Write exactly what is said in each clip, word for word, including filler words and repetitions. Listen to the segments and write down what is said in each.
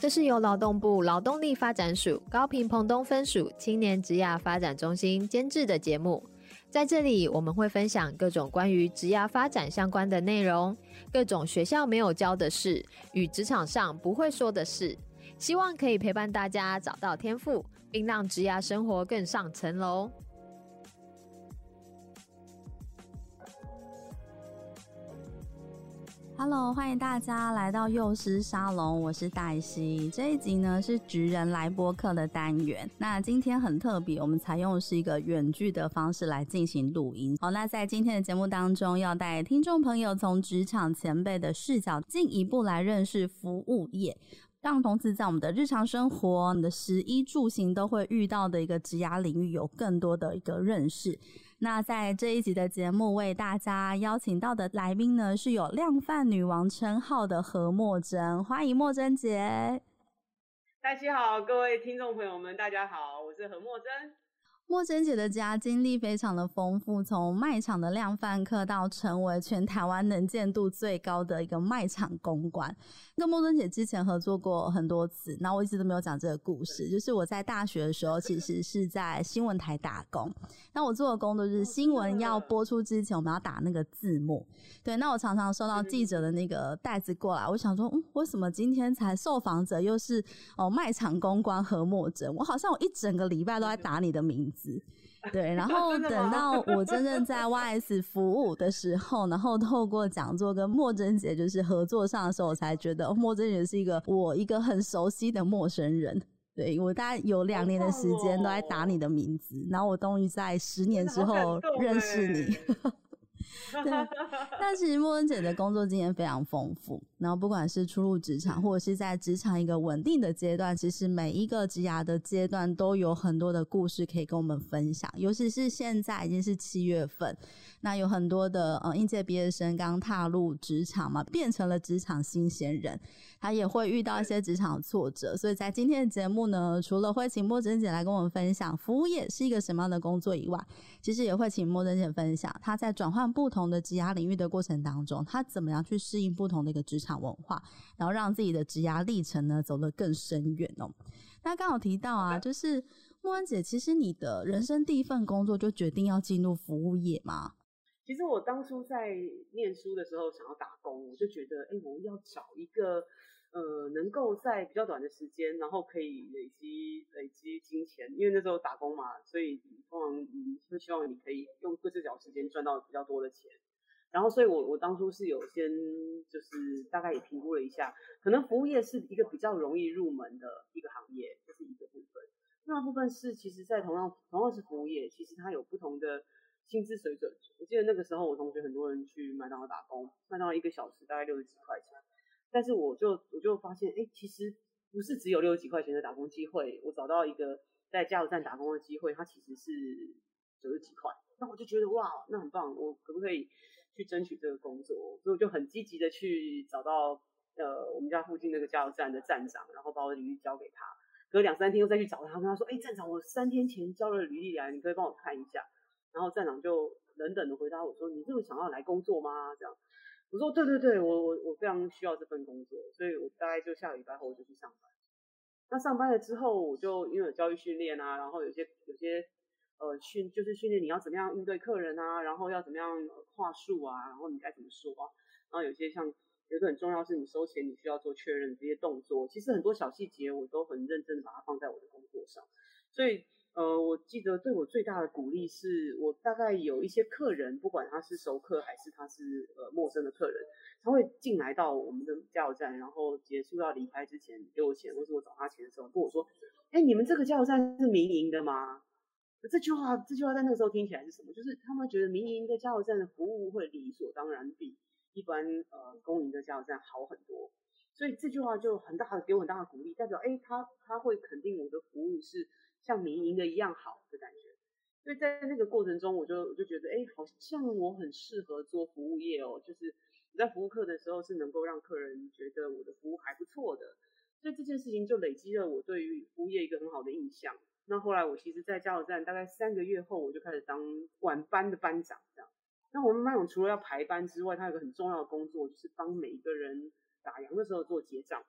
这是由劳动部劳动力发展署高屏澎东分署青年职涯发展中心监制的节目。在这里，我们会分享各种关于职涯发展相关的内容，各种学校没有教的事与职场上不会说的事，希望可以陪伴大家找到天赋，并让职涯生活更上层楼。 Hello， 欢迎大家来到幼师沙龙，我是黛西。这一集呢是职人来播客的单元。那今天很特别，我们采用的是一个远距的方式来进行录音。好，那在今天的节目当中，要带听众朋友从职场前辈的视角，进一步来认识服务业，让同时在我们的日常生活、我们的食衣住行都会遇到的一个职涯领域有更多的一个认识。那在这一集的节目，为大家邀请到的来宾呢，是有量贩女王称号的何默真，欢迎默真姐。 大家好，各位听众朋友们，大家好，我是何默真。 默真姐的职涯经历非常的丰富，从卖场的量贩客到成为全台湾能见度最高的一个卖场公关。跟默真姐之前合作过很多次，那我一直都没有讲这个故事，就是我在大学的时候其实是在新闻台打工，那我做的工作就是新闻要播出之前我们要打那个字幕。对，那我常常收到记者的那个袋子过来，我想说嗯，为什么今天才受访者又是哦卖场公关何默真，我好像我一整个礼拜都在打你的名字。对，然后等到我真正在 Y S 服务的时候，然后透过讲座跟默真姐就是合作上的时候，我才觉得、哦、默真姐是一个我一个很熟悉的陌生人。对，我大概有两年的时间都在打你的名字、哦、然后我终于在十年之后认识你。对，但其实默真姐的工作经验非常丰富，然后不管是初入职场或者是在职场一个稳定的阶段，其实每一个职涯的阶段都有很多的故事可以跟我们分享，尤其是现在已经是七月份，那有很多的呃应届毕业生刚踏入职场嘛，变成了职场新鲜人，他也会遇到一些职场的挫折，所以在今天的节目呢，除了会请默真姐来跟我们分享服务业是一个什么样的工作以外，其实也会请默真姐分享她在转换不同的职涯领域的过程当中，她怎么样去适应不同的一个职场文化，然后让自己的职涯历程呢走得更深远哦。那刚好提到啊，就是默真姐，其实你的人生第一份工作就决定要进入服务业吗？ 其实我当初在念书的时候想要打工，我就觉得哎，我要找一个呃能够在比较短的时间，然后可以累积累积金钱，因为那时候打工嘛，所以通常你会希望你可以用最小时间赚到比较多的钱。然后所以我我当初是有先就是大概也评估了一下，可能服务业是一个比较容易入门的一个行业，这是一个部分。另外部分是其实在同样同样是服务业，其实它有不同的薪资水准。我记得那个时候我同学很多人去麦当劳打工，麦当劳一个小时大概六十几块钱，但是我就我就发现哎，其实不是只有六十几块钱的打工机会，我找到一个在加油站打工的机会，它其实是九十几块，那我就觉得哇那很棒，我可不可以去争取这个工作？所以我就很积极的去找到呃我们家附近那个加油站的站长，然后把我的履历交给他，隔两三天又再去找他，跟他说哎站长，我三天前交了履历来，你可以帮我看一下。然后站长就冷冷的回答我说你这么想要来工作吗？这样我说对对对，我我我非常需要这份工作，所以我大概就下个礼拜后我就去上班。那上班了之后，我就因为有教育训练啊，然后有些有些呃训就是训练你要怎么样应对客人啊，然后要怎么样话术啊，然后你该怎么说啊，然后有些像有一个很重要是你收钱你需要做确认这些动作，其实很多小细节我都很认真的把它放在我的工作上，所以呃，我记得对我最大的鼓励是我大概有一些客人，不管他是熟客还是他是呃陌生的客人，他会进来到我们的加油站，然后结束要离开之前给我钱，或是我找他钱的时候跟我说，哎，你们这个加油站是民营的吗？这句话这句话在那个时候听起来是什么？就是他们觉得民营的加油站的服务会理所当然比一般呃公营的加油站好很多，所以这句话就很大的给我很大的鼓励，代表哎他他会肯定我的服务是像民营的一样好的感觉。所以在那个过程中，我就我就觉得，哎，好像我很适合做服务业哦，就是我在服务客的时候是能够让客人觉得我的服务还不错的，所以这件事情就累积了我对于服务业一个很好的印象。那后来我其实在加油站大概三个月后，我就开始当晚班的班长这样。那我们班长除了要排班之外，他有个很重要的工作，就是帮每一个人打烊的时候做结账。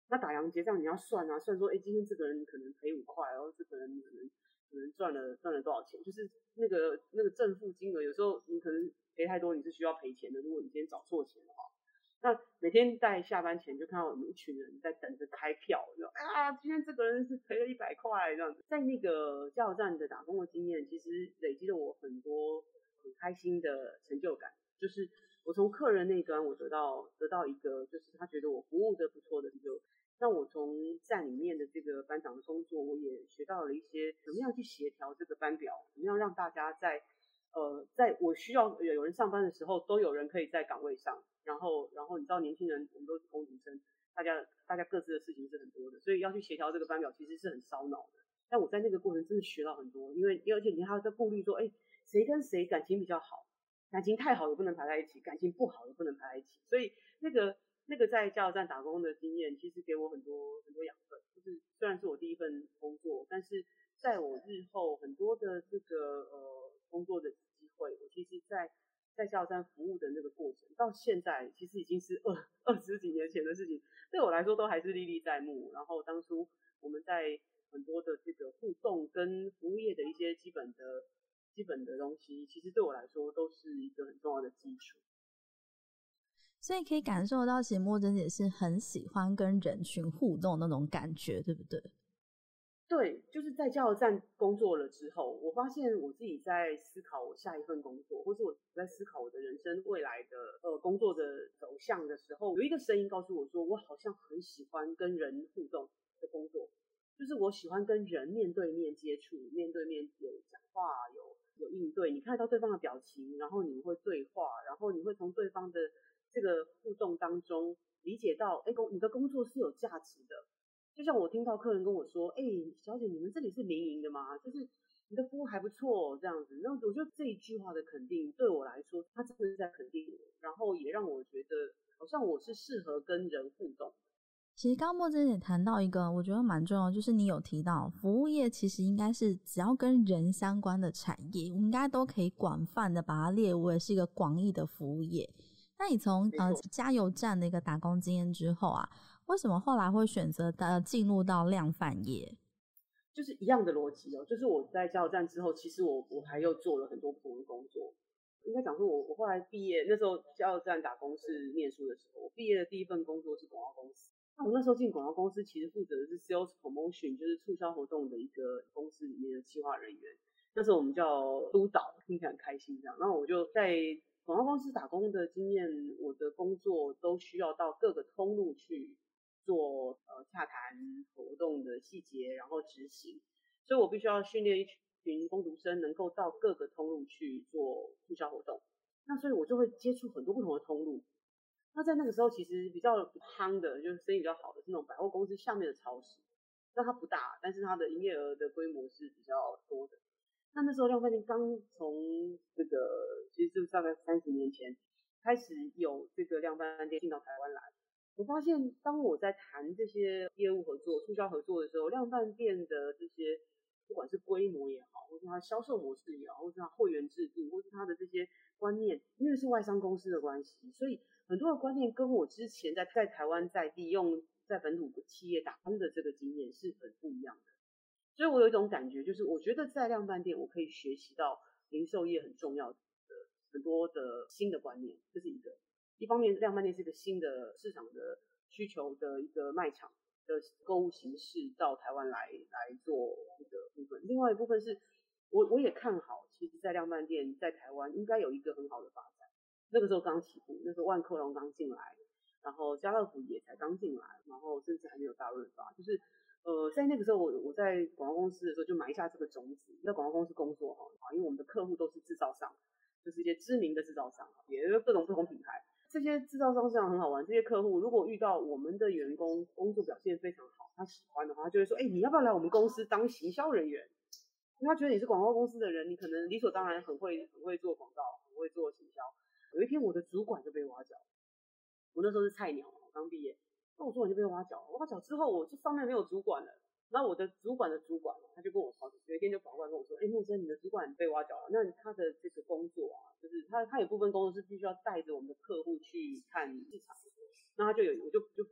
那打烊结账你要算啊，算说，哎，今天这个人可能赔五块，然后这个人可能可能赚了赚了多少钱，就是那个那个正负金额，有时候你可能赔太多，你是需要赔钱的。如果你今天找错钱的话，那每天在下班前就看到我们一群人在等着开票，就啊，今天这个人是赔了一百块这样子。在那个加油站的打工的经验，其实累积了我很多很开心的成就感，就是我从客人那一端我得到得到一个，就是他觉得我服务的不错的成就。那我从站里面的这个班长的工作，我也学到了一些怎么样去协调这个班表，怎么样让大家在呃，在我需要有人上班的时候，都有人可以在岗位上。然后，然后你知道年轻人我们都是工读生，大家大家各自的事情是很多的，所以要去协调这个班表其实是很烧脑的。但我在那个过程真的学到很多，因为而且你还要在顾虑说，哎，谁跟谁感情比较好，感情太好也不能排在一起，感情不好也不能排在一起。所以那个那个在加油站打工的经验，其实给我很多很多养分。就是虽然是我第一份工作，但是在我日后很多的这个呃工作的机会，我其实在在加油站服务的那个过程，到现在其实已经是二二十几年前的事情，对我来说都还是历历在目。然后当初我们在很多的这个互动跟服务业的一些基本的基本的东西，其实对我来说都是一个很重要的基础。 所以可以感受到，其实默真姐是很喜欢跟人群互动那种感觉，对不对？ 对，就是在加油站工作了之后，我发现我自己在思考我下一份工作，或是我在思考我的人生未来的呃工作的走向的时候，有一个声音告诉我说，我好像很喜欢跟人互动的工作，就是我喜欢跟人面对面接触，面对面有讲话，有有应对，你看到对方的表情，然后你会对话，然后你会从对方的这个互动当中理解到，哎，你的工作是有价值的。就像我听到客人跟我说，哎，小姐，你们这里是民营的吗？就是你的服务还不错，这样子。那我觉得这一句话的肯定对我来说，他真的是在肯定我，然后也让我觉得好像我是适合跟人互动。 其实刚刚默真也谈到一个我觉得蛮重要，就是你有提到服务业其实应该是只要跟人相关的产业，我们应该都可以广泛的把它列为是一个广义的服务业。那你从呃加油站的一个打工经验之后啊，为什么后来会选择呃进入到量贩业？ 就是一样的逻辑哦，就是我在加油站之后，其实我我还又做了很多不同的工作。应该讲说我我后来毕业那时候加油站打工是念书的时候，我毕业的第一份工作是广告公司。那我那时候进广告公司，其实负责的是 sales promotion， 就是促销活动的一个公司里面的企划人员。那时候我们叫督导，听起来很开心这样。然后我就在广告公司打工的经验，我的工作都需要到各个通路去做呃洽谈活动的细节，然后执行，所以我必须要训练一群工读生能够到各个通路去做促销活动。那所以我就会接触很多不同的通路。那在那个时候其实比较夯的，就是生意比较好的是那种百货公司下面的超市，那它不大，但是它的营业额的规模是比较多的。那那时候量贩店刚从这个其实就大概三十年前开始有这个量贩店进到台湾来。我发现当我在谈这些业务合作、促销合作的时候，量贩店的这些不管是规模也好，或是它销售模式也好，或是它会员制度，或是它的这些观念，因为是外商公司的关系，所以很多的观念跟我之前在在台湾在地用在本土企业打工的这个经验是很不一样的。所以我有一种感觉，就是我觉得在量贩店我可以学习到零售业很重要的很多的新的观念，这是一个。一方面量贩店是一个新的市场的需求的一个卖场的购物形式到台湾来来做这个部分，另外一部分是我我也看好，其实在量贩店在台湾应该有一个很好的发展。那个时候刚起步，那时候万客隆刚进来，然后家乐福也才刚进来，然后甚至还没有大润发，就是呃，在那个时候我我在广告公司的时候就埋下这个种子。在广告公司工作哈，因为我们的客户都是制造商，就是一些知名的制造商，也有各种不同品牌。这些制造商市场很好玩，这些客户如果遇到我们的员工工作表现非常好，他喜欢的话，他就会说，哎、欸，你要不要来我们公司当行销人员？因为他觉得你是广告公司的人，你可能理所当然很会很会做广告，很会做行销。有一天我的主管就被挖角，我那时候是菜鸟，刚毕业，那我主管就被挖角，挖角之后我就上面没有主管了。那我的主管的主管他就跟我说，有一天就跑过来跟我说，哎、欸，默真，你的主管被挖角了，那他的这个工作啊，就是他他有部分工作是必须要带着我们的客户去看市场，那他就有我就就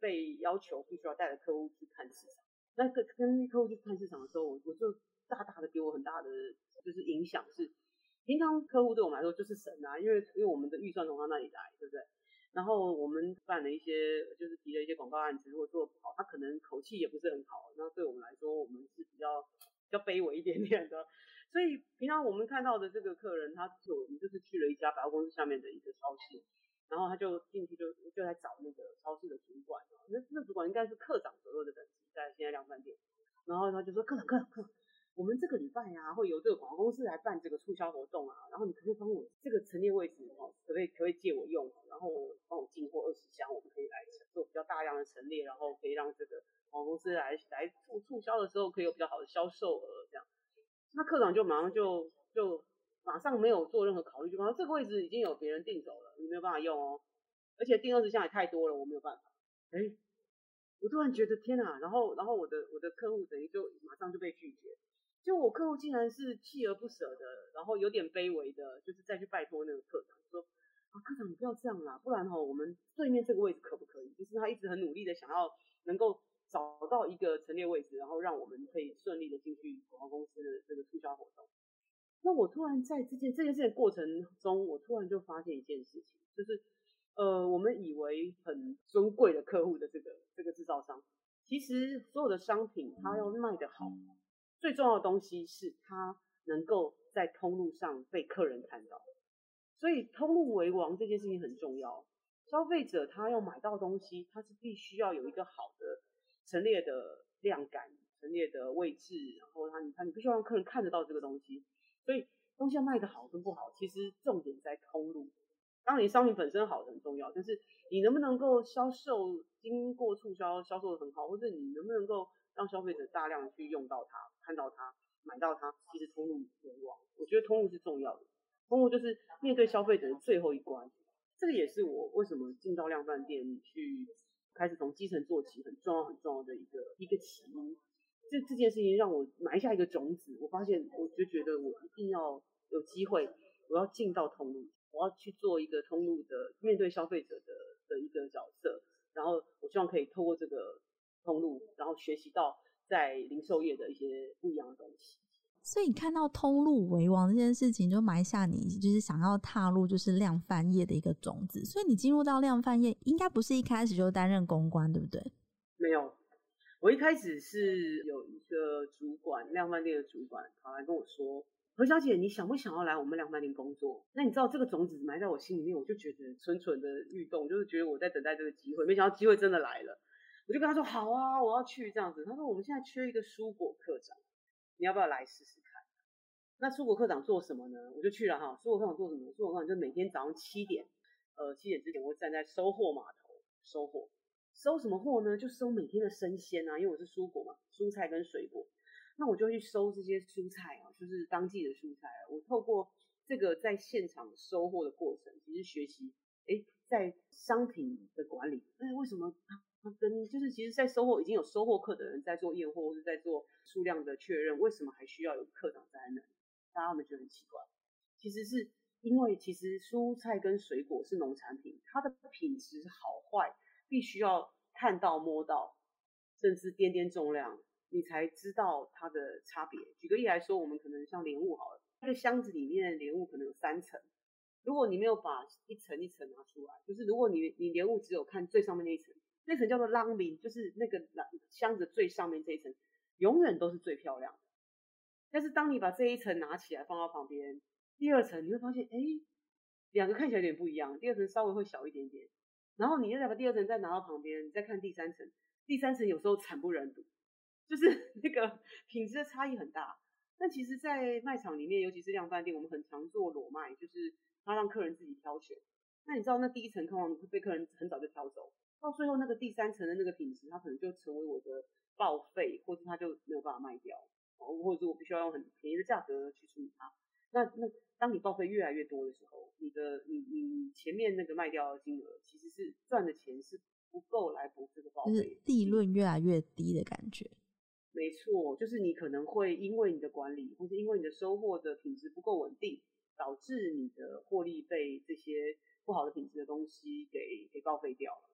被要求必须要带着客户去看市场。那个跟客户去看市场的时候，我我就大大的给我很大的就是影响是，平常客户对我们来说就是神啊，因为因为我们的预算从他那里来，对不对？然后我们办了一些就是提了一些广告案子，如果做不好，他可能口气也不是很好，那对我们来说，我们是比较比较卑微一点点的。所以平常我们看到的这个客人，他我们就是去了一家百货公司下面的一个超市，然后他就进去就就在找那个超市的主管，那那主管应该是科长左右的等级，在现在量贩店，然后他就说科长科长科长。我们这个礼拜啊，会由这个广告公司来办这个促销活动啊，然后你可不可以帮我这个陈列位置哦，可不可以可不可以借我用？然后帮我进货二十箱，我们可以来做比较大量的陈列，然后可以让这个广告公司来来做促销的时候可以有比较好的销售额这样。那科长就马上就就马上没有做任何考虑，就说这个位置已经有别人订走了，你没有办法用哦，而且订二十箱也太多了，我没有办法。哎，我突然觉得天哪，然后然后我的我的客户等于就马上就被拒绝。就我客户竟然是锲而不舍的，然后有点卑微的，就是再去拜托那个科长说啊，科长你不要这样啦，不然吼我们对面这个位置可不可以？就是他一直很努力的想要能够找到一个陈列位置，然后让我们可以顺利的进去广告公司的这个促销活动。那我突然在这件这件事的过程中，我突然就发现一件事情，就是呃，我们以为很尊贵的客户的这个这个制造商，其实所有的商品它要卖得好。最重要的东西是它能够在通路上被客人看到，所以通路为王这件事情很重要。消费者他要买到东西，他是必须要有一个好的陈列的量感、陈列的位置，然后他你看你必须要让客人看得到这个东西。所以东西要卖得好跟不好，其实重点在通路。当然，你商品本身好很重要，但是你能不能够销售经过促销销售的很好，或者你能不能够让消费者大量去用到它、看到它、买到它，其实通路为王。我觉得通路是重要的，通路就是面对消费者的最后一关。这个也是我为什么进到量贩店去，开始从基层做起，很重要很重要的一个一个起因。这这件事情让我埋下一个种子，我发现我就觉得我一定要有机会，我要进到通路，我要去做一个通路的面对消费者的的一个角色，然后我希望可以透过这个通路，然后学习到在零售业的一些不一样的东西。 所以你看到通路为王这件事情，就埋下你就是想要踏入就是量贩业的一个种子。所以你进入到量贩业，应该不是一开始就担任公关，对不对？ 没有，我一开始是有一个主管，量贩店的主管跑来跟我说，何小姐，你想不想要来我们量贩店工作？那你知道这个种子埋在我心里面，我就觉得蠢蠢的欲动，就是觉得我在等待这个机会，没想到机会真的来了。我就跟他说好啊，我要去这样子。他说我们现在缺一个蔬果科长，你要不要来试试看？那蔬果科长做什么呢？我就去了哈。蔬果科长做什么？蔬果科长就每天早上七点，呃七点之前我会站在收货码头收货。收什么货呢？就收每天的生鲜啊，因为我是蔬果嘛，蔬菜跟水果。那我就去收这些蔬菜啊，就是当季的蔬菜啊。我透过这个在现场收货的过程，其实学习，哎，在商品的管理，哎，为什么他他跟就是其实，在收货已经有收货课的人在做验货，或是在做数量的确认，为什么还需要有课长在那里？大家们觉得很奇怪，其实是因为其实蔬菜跟水果是农产品，它的品质好坏必须要看到摸到，甚至掂掂重量，你才知道它的差别。举个例来说，我们可能像莲雾好了，一个箱子里面的莲雾可能有三层，如果你没有把一层一层拿出来，就是如果你你莲雾只有看最上面那一层，那层叫做浪饼，就是那个箱子最上面这一层，永远都是最漂亮的。但是当你把这一层拿起来放到旁边，第二层你会发现，哎，两个看起来有点不一样，第二层稍微会小一点点。然后你再把第二层再拿到旁边，你再看第三层，第三层有时候惨不忍睹，就是那个品质的差异很大。但其实，在卖场里面，尤其是量贩店，我们很常做裸卖，就是他让客人自己挑选。那你知道，那第一层通常会被客人很早就挑走，到最后那个第三层的那个品质，它可能就成为我的报废，或者它就没有办法卖掉。或者是我必须要用很便宜的价格去处理它。那那当你报废越来越多的时候，你的你你前面那个卖掉的金额，其实是赚的钱是不够来补这个报废， 就是利润越来越低的感觉。 没错，就是你可能会因为你的管理，或是因为你的收获的品质不够稳定，导致你的获利被这些不好的品质的东西给给报废掉了。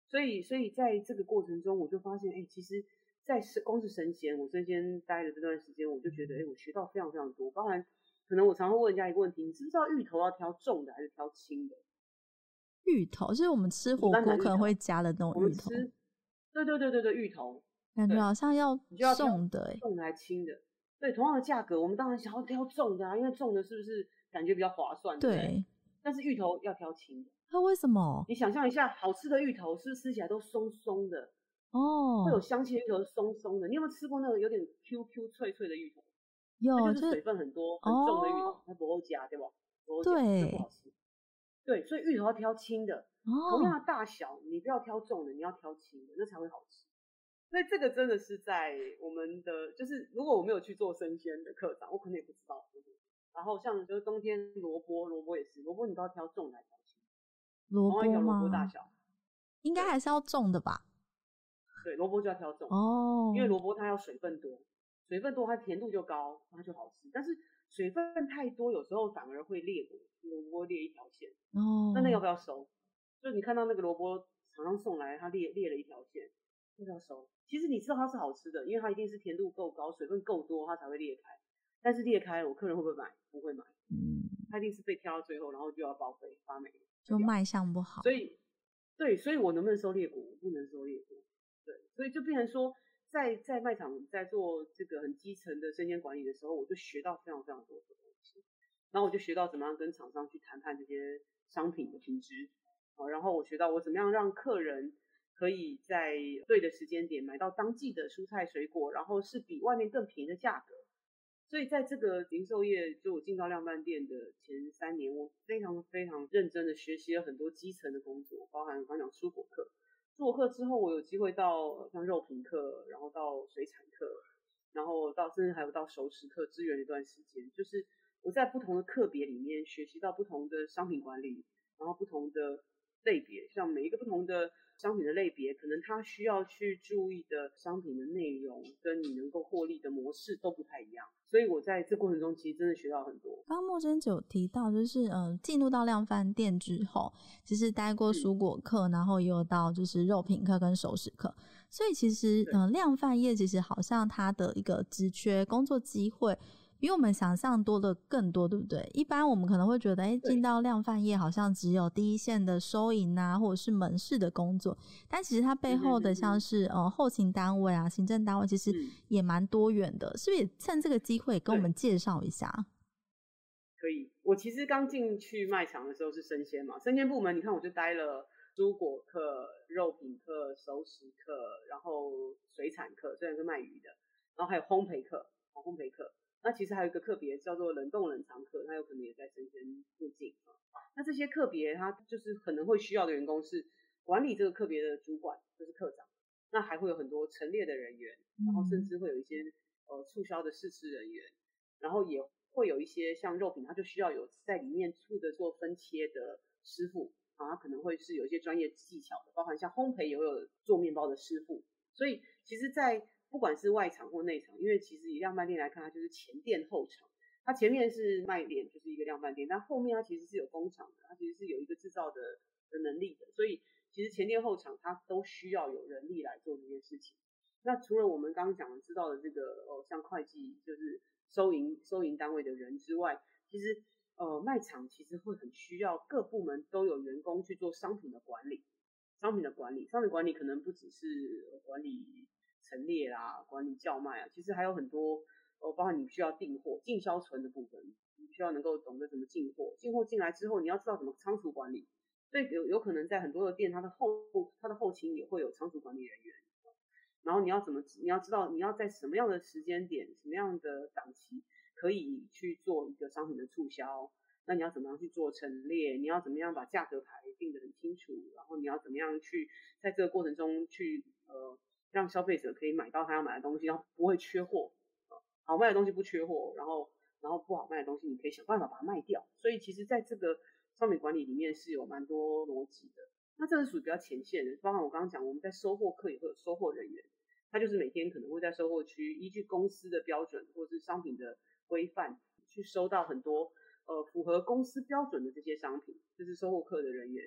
所以所以在这个过程中，我就发现，哎，其实在光是生鲜，我生鲜待的这段时间，我就觉得，哎，我学到非常非常多。包含可能我常会问人家一个问题，你知不知道芋头要挑重的还是挑轻的？ 芋头就是我们吃火锅可能会加的那种芋头。 对对对对对，芋头感觉好像要重的、欸， 重的还轻的。对，同样的价格，我们当然想要挑重的啊，因为重的是不是感觉比较划算？对。对，但是芋头要挑轻的。 那为什么？ 你想象一下，好吃的芋头是不是吃起来都松松的？ 哦， 会有香气的芋头是松松的。你有没有吃过那个有点 Q Q 脆脆的芋头？ 有， 那就是水分很多、很重的芋头，它不够加，对吧？不够加，那不好吃。对，所以芋头要挑轻的。哦，同样的大小，你不要挑重的，你要挑轻的，那才会好吃。所以这个真的是在我们的，就是如果我没有去做生鲜的课长，我可能也不知道。然后像就是冬天萝卜，萝卜也是，萝卜你都要挑重的还是挑轻？ 萝卜吗？ 同一条萝卜大小， 应该还是要重的吧？ 对，萝卜就要挑重哦， 因为萝卜它要水分多，水分多它甜度就高，它就好吃。但是水分太多，有时候反而会裂果，萝卜裂一条线。哦，那那要不要收？就你看到那个萝卜厂商送来，它裂裂了一条线，要不要收？其实你知道它是好吃的，因为它一定是甜度够高，水分够多，它才会裂开。但是裂开，我客人会不会买？不会买。嗯，它一定是被挑到最后，然后就要报废发霉， 就卖相不好。 所以，对，所以我能不能收裂果？我不能收裂果。对，所以就变成说，在在卖场在做这个很基层的生鲜管理的时候，我就学到非常非常多的东西。然后我就学到怎么样跟厂商去谈判这些商品的品质。好，然后我学到我怎么样让客人可以在对的时间点买到当季的蔬菜水果，然后是比外面更便宜的价格。所以在这个零售业，就我进到量贩店的前三年，我非常非常认真的学习了很多基层的工作，包含刚讲蔬果课。蔬果课之后，我有机会到像肉品课，然后到水产课，然后到甚至还有到熟食课支援一段时间。就是我在不同的课别里面学习到不同的商品管理，然后不同的类别，像每一个不同的商品的类别，可能它需要去注意的商品的内容跟你能够获利的模式都不太一样，所以我在这过程中其实真的学到很多。 刚刚默真姐有提到，就是嗯，进入到量贩店之后，其实待过蔬果课，嗯、然后也有到就是肉品课跟熟食课，所以其实嗯，量贩业其实好像它的一个职缺工作机会比我们想象多的更多，对不对？一般我们可能会觉得，哎，进到量贩业好像只有第一线的收银啊，或者是门市的工作，但其实它背后的像是呃后勤单位啊、行政单位，其实也蛮多元的，是不是？也趁这个机会跟我们介绍一下？ 可以，我其实刚进去卖场的时候是生鲜嘛，生鲜部门，你看我就待了蔬果课、肉品课、熟食课，然后水产课，虽然是卖鱼的，然后还有烘焙课，哦，烘焙课。那其实还有一个课别叫做冷冻冷藏课，它有可能也在生鲜附近啊。那这些课别，它就是可能会需要的员工是管理这个课别的主管，就是课长。那还会有很多陈列的人员，然后甚至会有一些呃促销的试吃人员，然后也会有一些像肉品，它就需要有在里面负责做分切的师傅啊，它可能会是有一些专业技巧的，包含像烘焙也会有做面包的师傅。所以其实，在不管是外场或内场，因为其实以量贩店来看，它就是前店后厂。它前面是卖点，就是一个量贩店，但后面它其实是有工厂的，它其实是有一个制造的的能力的。所以其实前店后厂它都需要有人力来做这件事情。那除了我们刚刚讲的知道的这个呃像会计就是收银收银单位的人之外，其实呃卖场其实会很需要各部门都有员工去做商品的管理。商品的管理，商品管理可能不只是管理陈列啦，管理叫卖啊，其实还有很多，呃，包括你需要订货、进销存的部分，你需要能够懂得怎么进货，进货进来之后，你要知道怎么仓储管理，所以有有可能在很多的店，它的后它的后勤也会有仓储管理人员，然后你要怎么，你要知道你要在什么样的时间点、什么样的档期可以去做一个商品的促销。那你要怎么样去做陈列？你要怎么样把价格牌定得很清楚？然后你要怎么样去在这个过程中去呃让消费者可以买到他要买的东西，然后不会缺货。呃、好卖的东西不缺货，然后然后不好卖的东西你可以想办法把它卖掉。所以其实在这个商品管理里面是有蛮多逻辑的。那这是属于比较前线的，包含我刚刚讲我们在收货课也会有收货人员，他就是每天可能会在收货区依据公司的标准或是商品的规范去收到很多。呃，符合公司标准的这些商品，这是收货课的人员。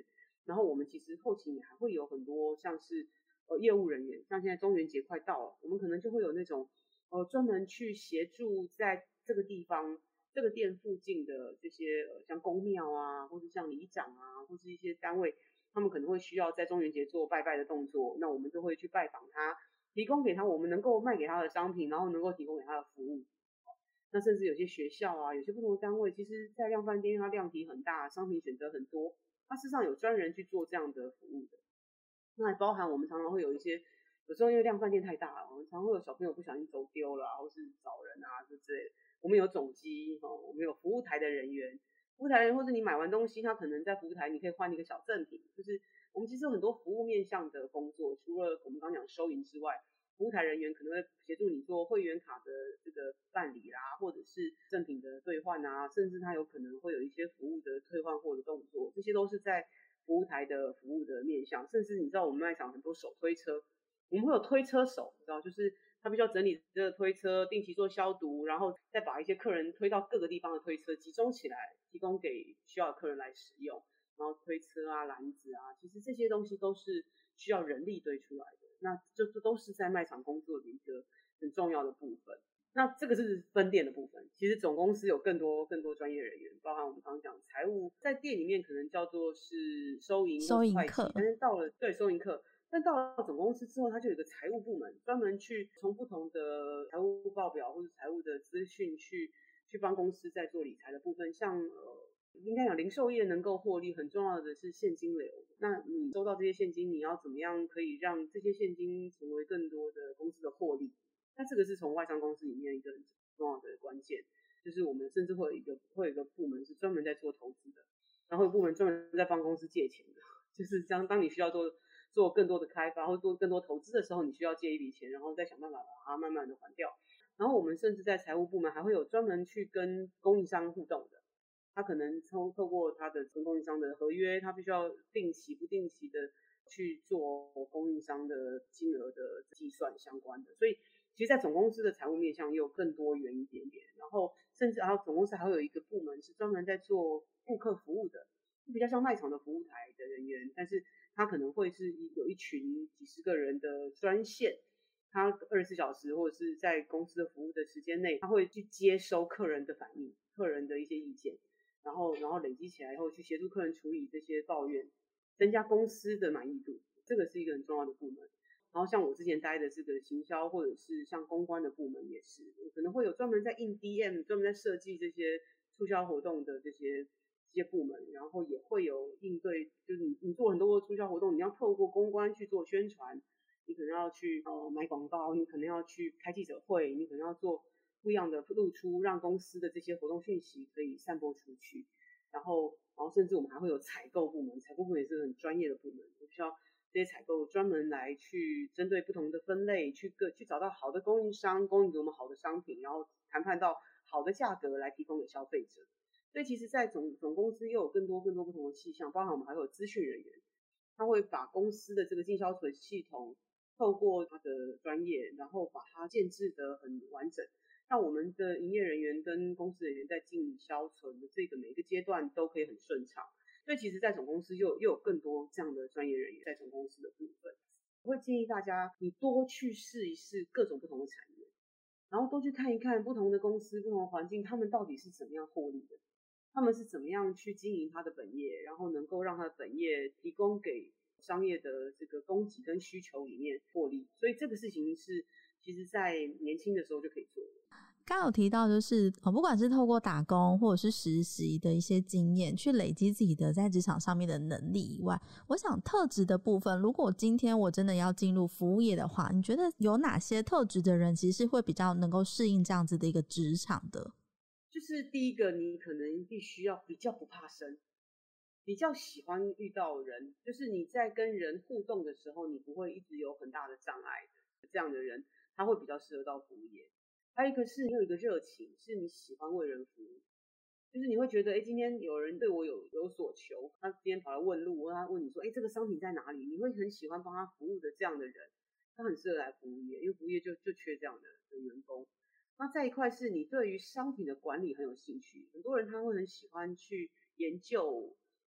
然后我们其实后期也还会有很多像是呃业务人员，像现在中元节快到了，我们可能就会有那种呃专门去协助在这个地方这个店附近的这些呃像公庙啊，或是像里长啊，或是一些单位，他们可能会需要在中元节做拜拜的动作，那我们就会去拜访他，提供给他我们能够卖给他的商品，然后能够提供给他的服务。那甚至有些学校啊，有些不同的单位，其实在量贩店它量体很大，商品选择很多，它事实上有专人去做这样的服务的。那还包含我们常常会有一些，有时候因为量贩店太大了，我们常常会有小朋友不小心走丢了，或是找人啊之类的。我们有总机，哦，我们有服务台的人员，服务台人员或是你买完东西，他可能在服务台你可以换一个小赠品，就是我们其实有很多服务面向的工作，除了我们刚讲收银之外。服务台人员可能会协助你做会员卡的这个办理啦，或者是赠品的兑换啊，甚至他有可能会有一些服务的退换货的动作，这些都是在服务台的服务的面向。甚至你知道我们卖场很多手推车，我们会有推车手，你知道，就是他必须要整理这个推车，定期做消毒，然后再把一些客人推到各个地方的推车集中起来，提供给需要的客人来使用。然后推车啊、篮子啊，其实这些东西都是需要人力堆出来的。那这这都是在卖场工作的一个很重要的部分。那这个是分店的部分，其实总公司有更多更多专业人员，包含我们刚刚讲财务，在店里面可能叫做是收银、 收银课， 但是到了对收银课，但到了总公司之后，它就有一个财务部门，专门去从不同的财务报表或者财务的资讯去去帮公司在做理财的部分，像呃。应该讲零售业能够获利，很重要的是现金流。那你收到这些现金，你要怎么样可以让这些现金成为更多的公司的获利？那这个是从外商公司里面一个很重要的关键，就是我们甚至会有一个会有一个部门是专门在做投资的，然后有部门专门在帮公司借钱的，就是当当你需要做做更多的开发或做更多投资的时候，你需要借一笔钱，然后再想办法把它慢慢的还掉。然后我们甚至在财务部门还会有专门去跟供应商互动的。他可能透透过他的跟供应商的合约，他必须要定期不定期的去做供应商的金额的计算相关的，所以其实在总公司的财务面向也有更多元一点点，然后甚至还有总公司还会有一个部门是专门在做顾客服务的，比较像卖场的服务台的人员，但是他可能会是有一群几十个人的专线，他二十四小时或者是在公司的服务的时间内，他会去接收客人的反应，客人的一些意见。然后，然后累积起来以后，去协助客人处理这些抱怨，增加公司的满意度，这个是一个很重要的部门。然后像我之前待的这个行销或者是像公关的部门也是，可能会有专门在印 D M、专门在设计这些促销活动的这些这些部门，然后也会有应对，就是你你做很多促销活动，你要透过公关去做宣传，你可能要去呃买广告，你可能要去开记者会，你可能要做不一样的露出，让公司的这些活动讯息可以散播出去。然后，然后甚至我们还会有采购部门，采购部门也是很专业的部门，需要这些采购专门来去针对不同的分类，去个去找到好的供应商，供应给我们好的商品，然后谈判到好的价格来提供给消费者。所以其实，在总总公司又有更多更多不同的细项，包含我们还有资讯人员，他会把公司的这个进销存系统透过他的专业，然后把它建制得很完整。让我们的营业人员跟公司人员在进销存的这个每一个阶段都可以很顺畅，所以其实在总公司又有又有更多这样的专业人员在总公司的部分。我会建议大家你多去试一试各种不同的产业，然后多去看一看不同的公司不同的环境，他们到底是怎么样获利的，他们是怎么样去经营他的本业，然后能够让他的本业提供给商业的这个供给跟需求里面获利。所以这个事情是其实在年轻的时候就可以做的。 刚有提到就是呃，不管是透过打工或者是实习的一些经验去累积自己的在职场上面的能力以外，我想特质的部分，如果今天我真的要进入服务业的话，你觉得有哪些特质的人其实会比较能够适应这样子的一个职场的？ 就是第一个，你可能必须要比较不怕生，比较喜欢遇到人，就是你在跟人互动的时候，你不会一直有很大的障碍的，这样的人他会比较适合到服务业。还有一个是你有一个热情，是你喜欢为人服务，就是你会觉得，哎，今天有人对我有有所求，他今天跑来问路，他问你说，哎，这个商品在哪里？你会很喜欢帮他服务的这样的人，他很适合来服务业，因为服务业就就缺这样的的员工。那再一块是你对于商品的管理很有兴趣，很多人他会很喜欢去研究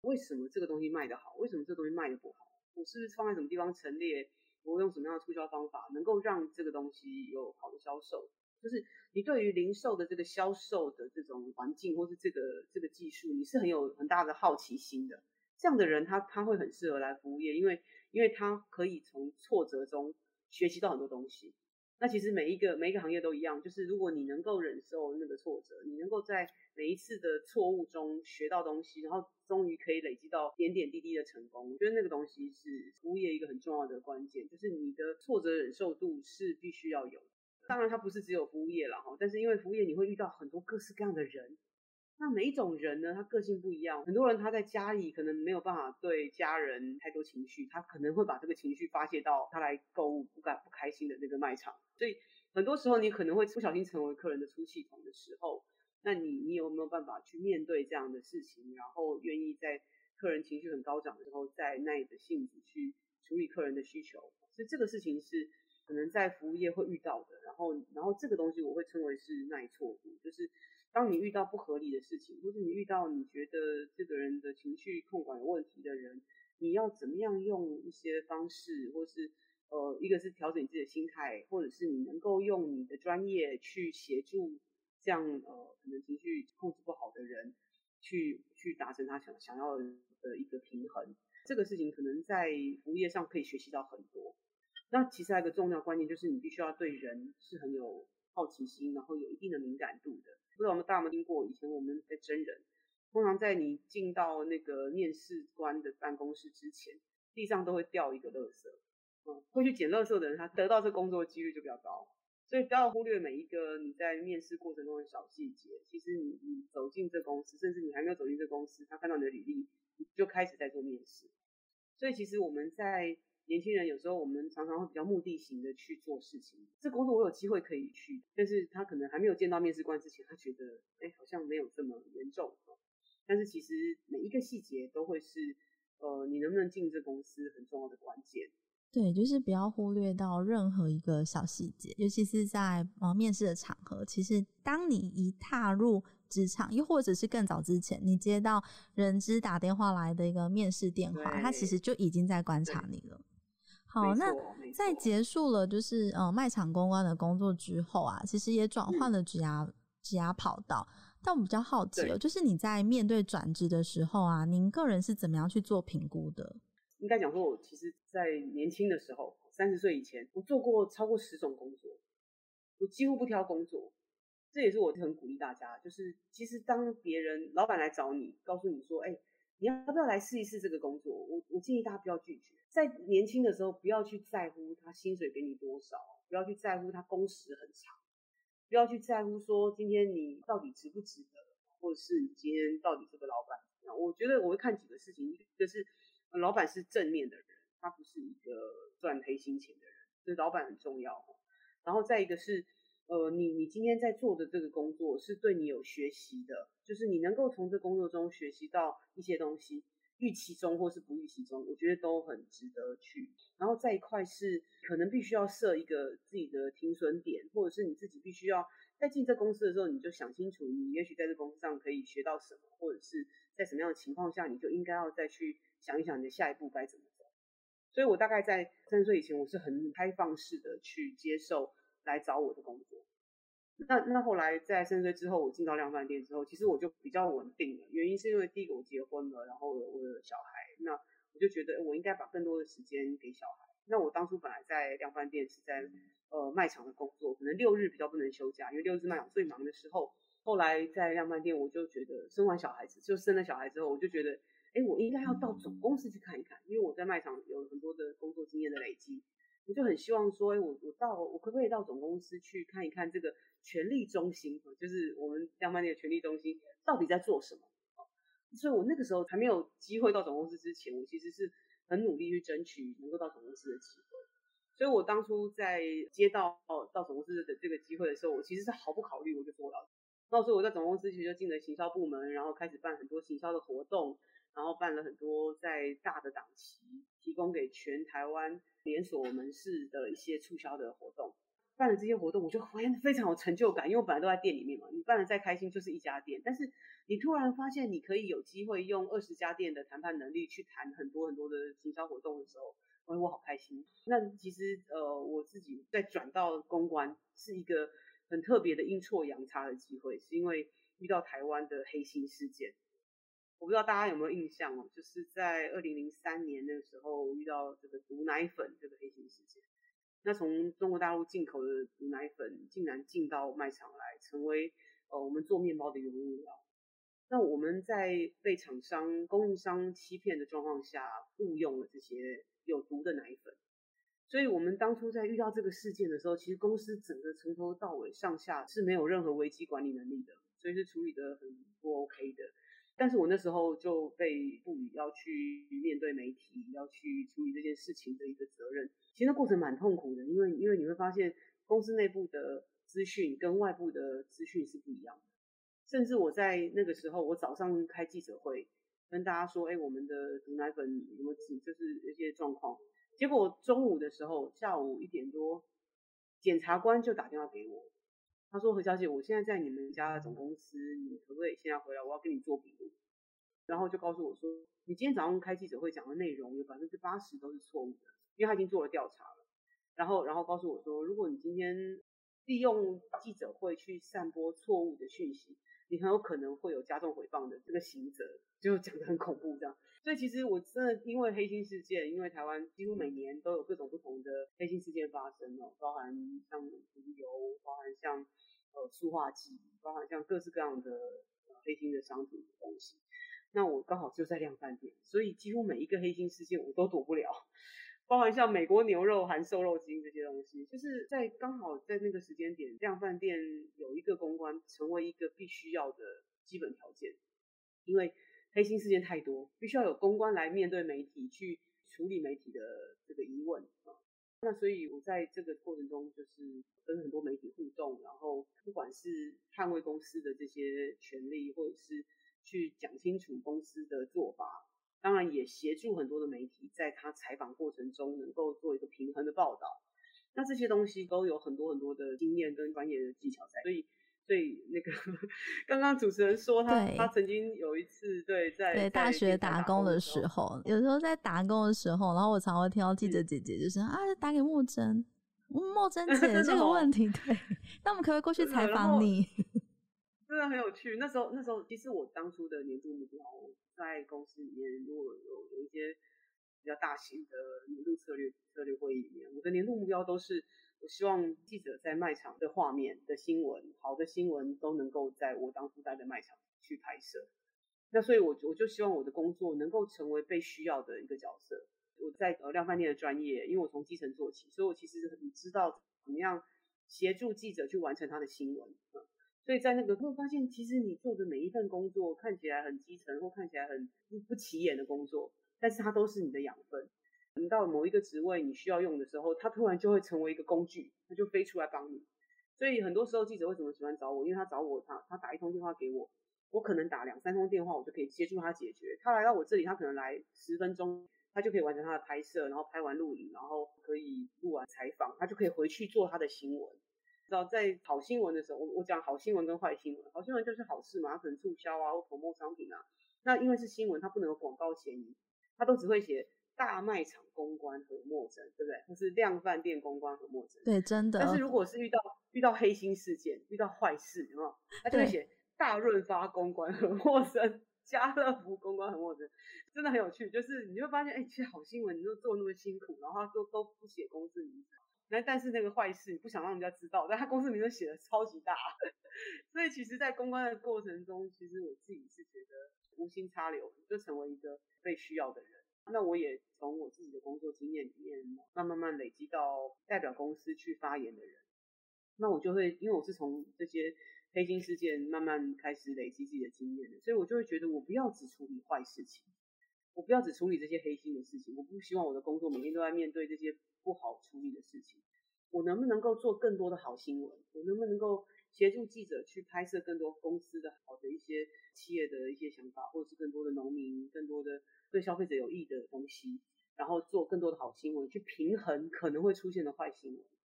为什么这个东西卖得好，为什么这个东西卖得不好，我是不是放在什么地方陈列，我用什么样的促销方法能够让这个东西有好的销售。就是你对于零售的这个销售的这种环境或是这个这个技术，你是很有很大的好奇心的。这样的人他他会很适合来服务业，因为因为他可以从挫折中学习到很多东西。那其实每一个每一个行业都一样，就是如果你能够忍受那个挫折，你能够在每一次的错误中学到东西，然后终于可以累积到点点滴滴的成功，我觉得那个东西是服务业一个很重要的关键，就是你的挫折忍受度是必须要有的。当然它不是只有服务业啦，但是因为服务业你会遇到很多各式各样的人，那每一种人呢，他个性不一样。很多人他在家里可能没有办法对家人太多情绪，他可能会把这个情绪发泄到他来购物不敢不开心的那个卖场。所以很多时候你可能会不小心成为客人的出气筒的时候，那你你有没有办法去面对这样的事情，然后愿意在客人情绪很高涨的时候，再耐着性子去处理客人的需求？所以这个事情是可能在服务业会遇到的。然后然后这个东西我会称为是耐挫度，就是当你遇到不合理的事情，或是你遇到你觉得这个人的情绪控管有问题的人，你要怎么样用一些方式，或是呃，一个是调整你自己的心态，或者是你能够用你的专业去协助这样呃可能情绪控制不好的人，去去达成他想想要的一个平衡。这个事情可能在服务业上可以学习到很多。那其实还有一个重要观念，就是你必须要对人是很有好奇心，然后有一定的敏感度的。不知道我们大家有没有听过，以前我们在真人，通常在你进到那个面试官的办公室之前，地上都会掉一个垃圾。嗯，会去捡垃圾的人，他得到这工作的几率就比较高。所以不要忽略每一个你在面试过程中的小细节。其实你你走进这公司，甚至你还没有走进这公司，他看到你的履历，你就开始在做面试。所以其实我们在年轻人有时候我们常常会比较目的型的去做事情。这工作我有机会可以去，但是他可能还没有见到面试官之前，他觉得哎好像没有这么严重。但是其实每一个细节都会是呃你能不能进这公司很重要的关键。 对，就是不要忽略到任何一个小细节，尤其是在呃面试的场合。其实当你一踏入职场，又或者是更早之前，你接到人资打电话来的一个面试电话，他其实就已经在观察你了。好，那在结束了就是呃卖场公关的工作之后啊，其实也转换了职涯、嗯、职涯跑道。但我比较好奇哦，就是你在面对转职的时候啊，您个人是怎么样去做评估的？ 应该讲说，我其实在年轻的时候，三十岁以前，我做过超过十种工作，我几乎不挑工作。这也是我很鼓励大家，就是其实当别人老板来找你，告诉你说，哎、欸，你要不要来试一试这个工作？我我建议大家不要拒绝。在年轻的时候，不要去在乎他薪水给你多少，不要去在乎他工时很长，不要去在乎说今天你到底值不值得，或者是你今天到底这个老板怎么样。我觉得我会看几个事情，一个是老板是正面的人，他不是一个赚黑心钱的人，所以老板很重要。然后再一个是呃，你你今天在做的这个工作是对你有学习的，就是你能够从这工作中学习到一些东西，预期中或是不预期中，我觉得都很值得去。然后再一块是可能必须要设一个自己的停损点，或者是你自己必须要在进这公司的时候，你就想清楚，你也许在这公司上可以学到什么，或者是在什么样的情况下，你就应该要再去想一想你的下一步该怎么走。所以我大概在三十岁以前，我是很开放式的去接受来找我的工作。那那后来在三十岁之后，我进到量贩店之后，其实我就比较稳定了。原因是因为第一个我结婚了，然后我有小孩，那我就觉得我应该把更多的时间给小孩。那我当初本来在量贩店是在呃卖场的工作，可能六日比较不能休假，因为六日卖场最忙的时候。后来在量贩店，我就觉得生完小孩子，就生了小孩之后，我就觉得，哎，我应该要到总公司去看一看，因为我在卖场有很多的工作经验的累积。我就很希望说，哎，我我到我可不可以到总公司去看一看这个权力中心，就是我们量贩店的权力中心到底在做什么？所以我那个时候还没有机会到总公司之前，我其实是很努力去争取能够到总公司的机会。所以我当初在接到到总公司的这个机会的时候，我其实是毫不考虑我就做到。那时候我在总公司其实就进了行销部门，然后开始办很多行销的活动，然后办了很多在大的档期提供给全台湾连锁门市的一些促销的活动。 办了这些活动，我就非常有成就感，因为我本来都在店里面嘛，你办的再开心就是一家店，但是你突然发现你可以有机会用二十家店的谈判能力去谈很多很多的行销活动的时候，我我好开心。那其实呃我自己再转到公关是一个很特别的阴错阳差的机会，是因为遇到台湾的黑心事件。我不知道大家有没有印象哦，就是在二零零三年那个时候遇到这个毒奶粉这个黑心事件。那从中国大陆进口的毒奶粉竟然进到卖场来，成为呃我们做面包的原物料。那我们在被厂商、供应商欺骗的状况下，误用了这些有毒的奶粉。所以我们当初在遇到这个事件的时候，其实公司整个从头到尾上下是没有任何危机管理能力的，所以是处理得很不 OK 的。但是我那时候就被赋予要去面对媒体，要去处理这件事情的一个责任。其实那过程蛮痛苦的，因为因为你会发现公司内部的资讯跟外部的资讯是不一样的。甚至我在那个时候，我早上开记者会跟大家说，哎，我们的毒奶粉有没有就是一些状况。结果中午的时候，下午一点多，检察官就打电话给我。他说：“何小姐，我现在在你们家的总公司，你可不可以现在回来？我要跟你做笔录。”然后就告诉我说：“你今天早上开记者会讲的内容有百分之八十都是错误的，因为他已经做了调查了。”然后，然后告诉我说：“如果你今天利用记者会去散播错误的讯息，你很有可能会有加重诽谤的这个刑责。”就讲得很恐怖这样。所以其实我真的因为黑心事件，因为台湾几乎每年都有各种不同的黑心事件发生哦，包含像毒油，包含像呃塑化剂，包含像各式各样的、呃、黑心的商品的东西。那我刚好就在量贩店，所以几乎每一个黑心事件我都躲不了，包含像美国牛肉含瘦肉精这些东西，就是在刚好在那个时间点，量贩店有一个公关成为一个必须要的基本条件，因为黑心事件太多，必须要有公关来面对媒体，去处理媒体的这个疑问啊。那所以我在这个过程中，就是跟很多媒体互动，然后不管是捍卫公司的这些权利，或者是去讲清楚公司的做法，当然也协助很多的媒体在他采访过程中能够做一个平衡的报道。那这些东西都有很多很多的经验跟专业的技巧在，所以。所以那个刚刚主持人说他他曾经有一次对在对大学打工的时候，有时候在打工的时候，然后我常会听到记者姐姐就是、嗯、啊打给默真，默真姐这个问题，对，那我们可不可以过去采访你？ 真的很有趣。那时候那时候其实我当初的年度目标，在公司里面如果有有一些比较大型的年度策略策略会议里面，我的年度目标都是。我希望记者在卖场的画面的新闻，好的新闻都能够在我当初待的卖场去拍摄。那所以我我就希望我的工作能够成为被需要的一个角色。我在呃量贩店的专业，因为我从基层做起，所以我其实很知道怎么样协助记者去完成他的新闻。嗯、所以在那个会发现，其实你做的每一份工作看起来很基层或看起来很不不起眼的工作，但是它都是你的养分。你到某一个职位你需要用的时候，它突然就会成为一个工具，它就飞出来帮你。所以很多时候记者为什么喜欢找我，因为他找我，他他打一通电话给我，我可能打两三通电话，我就可以协助他解决。他来到我这里，他可能来十分钟，他就可以完成他的拍摄，然后拍完录影，然后可以录完采访，他就可以回去做他的新闻。知道在好新闻的时候，我我讲好新闻跟坏新闻，好新闻就是好事嘛，他可能促销啊或投播商品啊，那因为是新闻，它不能有广告嫌疑，他都只会写大卖场公关和默真，对不对？或是量贩店公关和默真。 对，真的。 但是如果是遇到遇到黑心事件，遇到坏事，有没有？他就会写大润发公关和默真，家乐福公关和默真，真的很有趣。就是你会发现，哎、欸，其实好新闻你都做那么辛苦，然后他都都不写公司名字，那但是那个坏事你不想让人家知道，但他公司名字写的超级大。所以其实，在公关的过程中，其实我自己是觉得无心插柳，就成为一个被需要的人。那我也从我自己的工作经验里面，慢慢慢累积到代表公司去发言的人。那我就会，因为我是从这些黑心事件慢慢开始累积自己的经验的，所以我就会觉得我不要只处理坏事情，我不要只处理这些黑心的事情，我不希望我的工作每天都在面对这些不好处理的事情。我能不能够做更多的好新闻？我能不能够协助记者去拍摄更多公司的好的一些企业的一些想法，或者是更多的农民，更多的对消费者有益的东西，然后做更多的好新闻，去平衡可能会出现的坏新闻。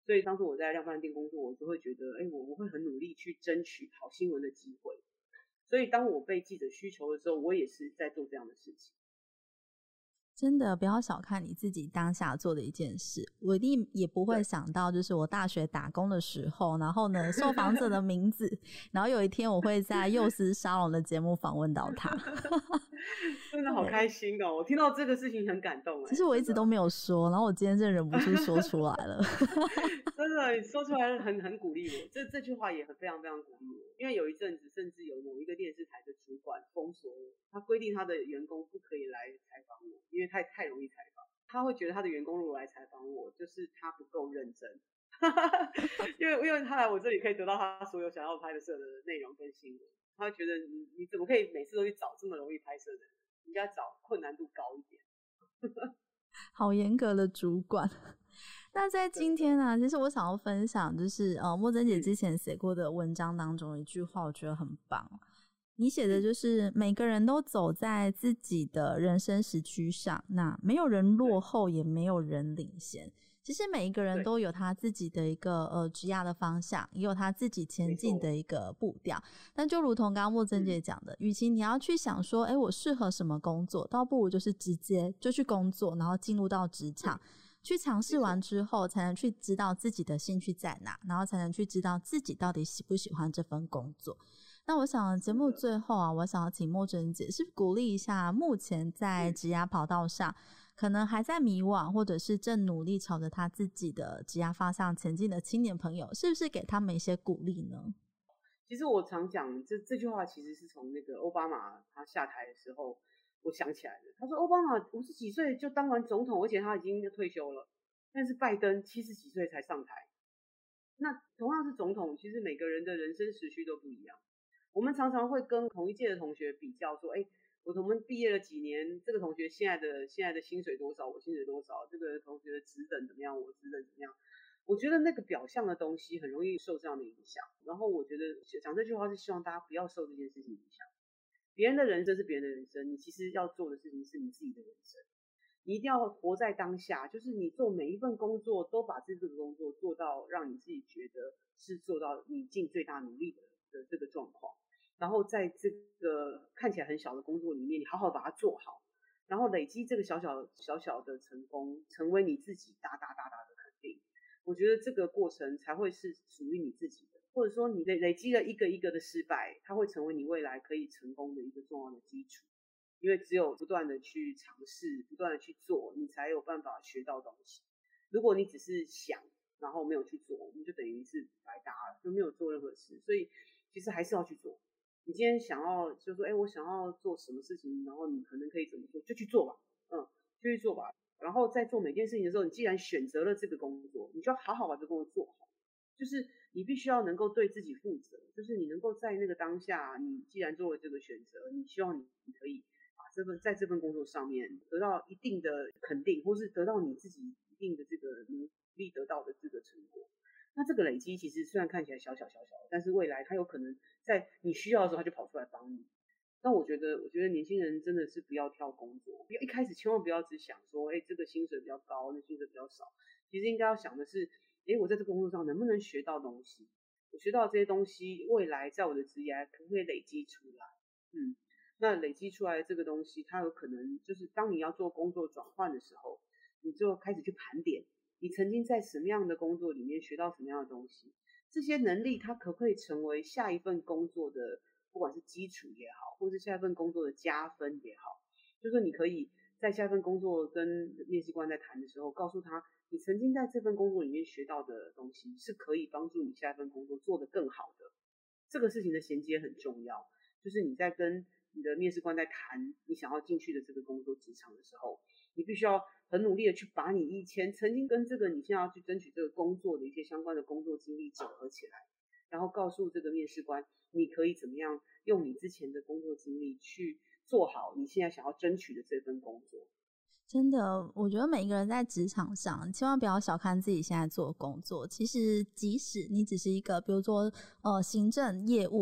所以当初我在量贩店工作，我就会觉得，哎，我我会很努力去争取好新闻的机会。所以当我被记者需求的时候，我也是在做这样的事情。 真的不要小看你自己当下做的一件事，我一定也不会想到，就是我大学打工的时候，然后呢，受访者的名字，然后有一天我会在幼师沙龙的节目访问到他。 真的好开心哦！我听到这个事情很感动。 其实我一直都没有说，然后我今天真的忍不住说出来了。 真的，你说出来很很鼓励我，这这句话也很非常非常鼓励我。因为有一阵子，甚至有某一个电视台的主管封锁我，他规定他的员工不可以来采访我，因为太太容易采访。他会觉得他的员工如果来采访我，就是他不够认真。因为因为他来我这里可以得到他所有想要拍摄的内容跟新闻，他会觉得你你怎么可以每次都去找这么容易拍摄的人？应该找困难度高一点。 好严格的主管。那在今天呢、啊，其实我想要分享就是呃，默真姐之前写过的文章当中一句话，我觉得很棒。你写的就是每个人都走在自己的人生时区上，那没有人落后，也没有人领先。其实每一个人都有他自己的一个呃职涯的方向，也有他自己前进的一个步调。但就如同刚刚默真姐讲的，与其你要去想说，哎，我适合什么工作，倒不如就是直接就去工作，然后进入到职场。去尝试完之后，才能去知道自己的兴趣在哪，然后才能去知道自己到底喜不喜欢这份工作。那我想节目最后啊，我想要请默真姐是鼓励一下目前在职涯跑道上可能还在迷惘，或者是正努力朝着他自己的职涯方向前进的青年朋友，是不是给他们一些鼓励呢？ 其实我常讲这这句话，其实是从那个奥巴马他下台的时候我想起来的。他说奥巴马五十几岁就当完总统，而且他已经退休了，但是拜登七十几岁才上台。那同样是总统，其实每个人的人生时区都不一样。我们常常会跟同一届的同学比较说，哎，我们毕业了几年，这个同学现在的现在的薪水多少，我薪水多少，这个同学的职等怎么样，我职等怎么样。我觉得那个表象的东西很容易受这样的影响。然后我觉得讲这句话是希望大家不要受这件事情影响。别人的人生是别人的人生，你其实要做的事情是你自己的人生。你一定要活在当下，就是你做每一份工作都把这个工作做到让你自己觉得是做到你尽最大努力的的这个状况。然后在这个看起来很小的工作里面，你好好把它做好，然后累积这个小小小小的成功，成为你自己大大大大的肯定。我觉得这个过程才会是属于你自己的，或者说你累累积了一个一个的失败，它会成为你未来可以成功的一个重要的基础。因为只有不断的去尝试，不断的去做，你才有办法学到东西。如果你只是想，然后没有去做，你就等于是白搭了，就没有做任何事。所以其实还是要去做。你今天想要就说，哎，我想要做什么事情，然后你可能可以怎么做，就去做吧，嗯，就去做吧。然后在做每件事情的时候，你既然选择了这个工作，你就要好好把这个工作做好。就是你必须要能够对自己负责，就是你能够在那个当下，你既然做了这个选择，你希望你可以这份在这份工作上面得到一定的肯定，或是得到你自己一定的这个努力得到的这个成果。那这个累积其实虽然看起来小小小小，但是未来它有可能在你需要的时候，它就跑出来帮你。那我觉得，我觉得年轻人真的是不要挑工作，一开始千万不要只想说，哎，这个薪水比较高，那薪水比较少。其实应该要想的是，哎，我在这个工作上能不能学到东西？我学到这些东西，未来在我的职业可不可以累积出来？嗯。那累积出来的这个东西，它有可能就是当你要做工作转换的时候，你就开始去盘点你曾经在什么样的工作里面学到什么样的东西，这些能力它可不可以成为下一份工作的不管是基础也好，或是下一份工作的加分也好。就是说你可以在下一份工作跟面试官在谈的时候，告诉他你曾经在这份工作里面学到的东西是可以帮助你下一份工作做得更好的。这个事情的衔接很重要，就是你在跟你的面试官在谈你想要进去的这个工作职场的时候，你必须要很努力的去把你以前曾经跟这个你现在要去争取这个工作的一些相关的工作经历整合起来，然后告诉这个面试官你可以怎么样用你之前的工作经历去做好你现在想要争取的这份工作。 真的，我觉得每一个人在职场上千万不要小看自己现在做的工作。其实即使你只是一个比如说呃行政业务，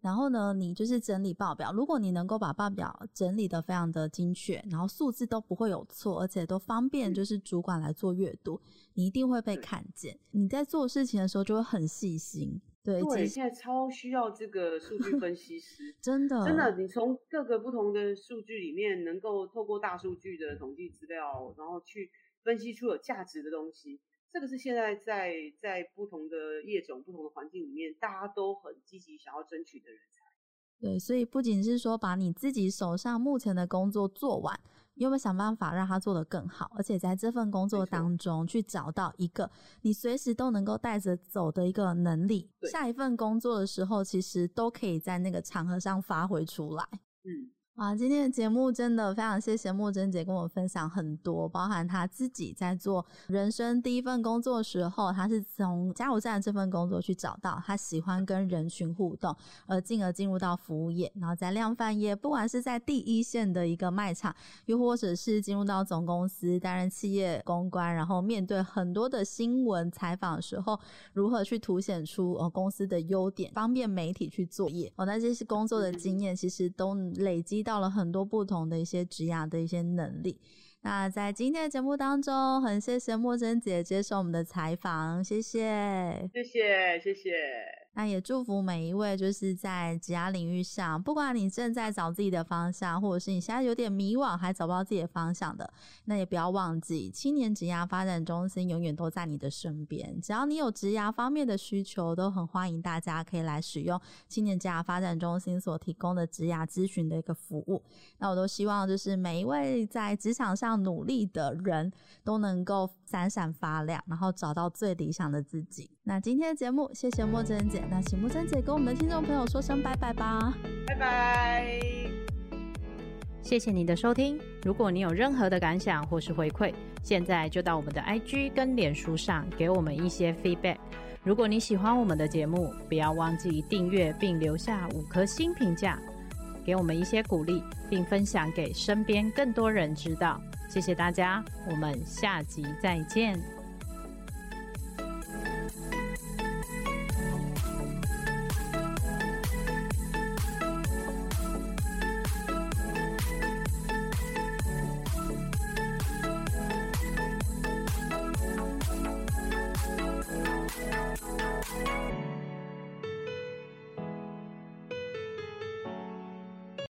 然后呢你就是整理报表，如果你能够把报表整理得非常的精确，然后数字都不会有错，而且都方便就是主管来做阅读，你一定会被看见。你在做事情的时候就会很细心。对对，现在超需要这个数据分析师真的真的，你从各个不同的数据里面能够透过大数据的统计资料，然后去分析出有价值的东西，这个是现在在在不同的业种不同的环境里面大家都很积极想要争取的人才。 对，所以不仅是说把你自己手上目前的工作做完，你有没有想办法让它做得更好，而且在这份工作当中去找到一个你随时都能够带着走的一个能力，下一份工作的时候其实都可以在那个场合上发挥出来。 嗯， 哇，今天的节目真的非常谢谢默真姐跟我们分享很多，包含她自己在做人生第一份工作的时候，她是从加油站这份工作去找到她喜欢跟人群互动，而进而进入到服务业，然后在量贩业，不管是在第一线的一个卖场，又或者是进入到总公司担任企业公关，然后面对很多的新闻采访的时候，如何去凸显出、呃、公司的优点，方便媒体去作业。哦，那这些工作的经验其实都累积到了很多不同的一些职涯的一些能力。那在今天的节目当中，很谢谢默真姐接受我们的采访，谢谢谢谢谢谢。 那也祝福每一位就是在职涯领域上，不管你正在找自己的方向，或者是你现在有点迷惘还找不到自己的方向的，那也不要忘记青年职涯发展中心永远都在你的身边，只要你有职涯方面的需求，都很欢迎大家可以来使用青年职涯发展中心所提供的职涯咨询的一个服务。那我都希望就是每一位在职场上努力的人都能够闪闪发亮，然后找到最理想的自己。那今天的节目谢谢默真姐，那请默真姐跟我们的听众朋友说声拜拜吧。 拜拜。 谢谢你的收听，如果你有任何的感想或是回馈，现在就到我们的 I G 跟脸书上给我们一些 feedback。 如果你喜欢我们的节目，不要忘记订阅并留下五颗星评价，给我们一些鼓励，并分享给身边更多人知道。谢谢大家，我们下集再见。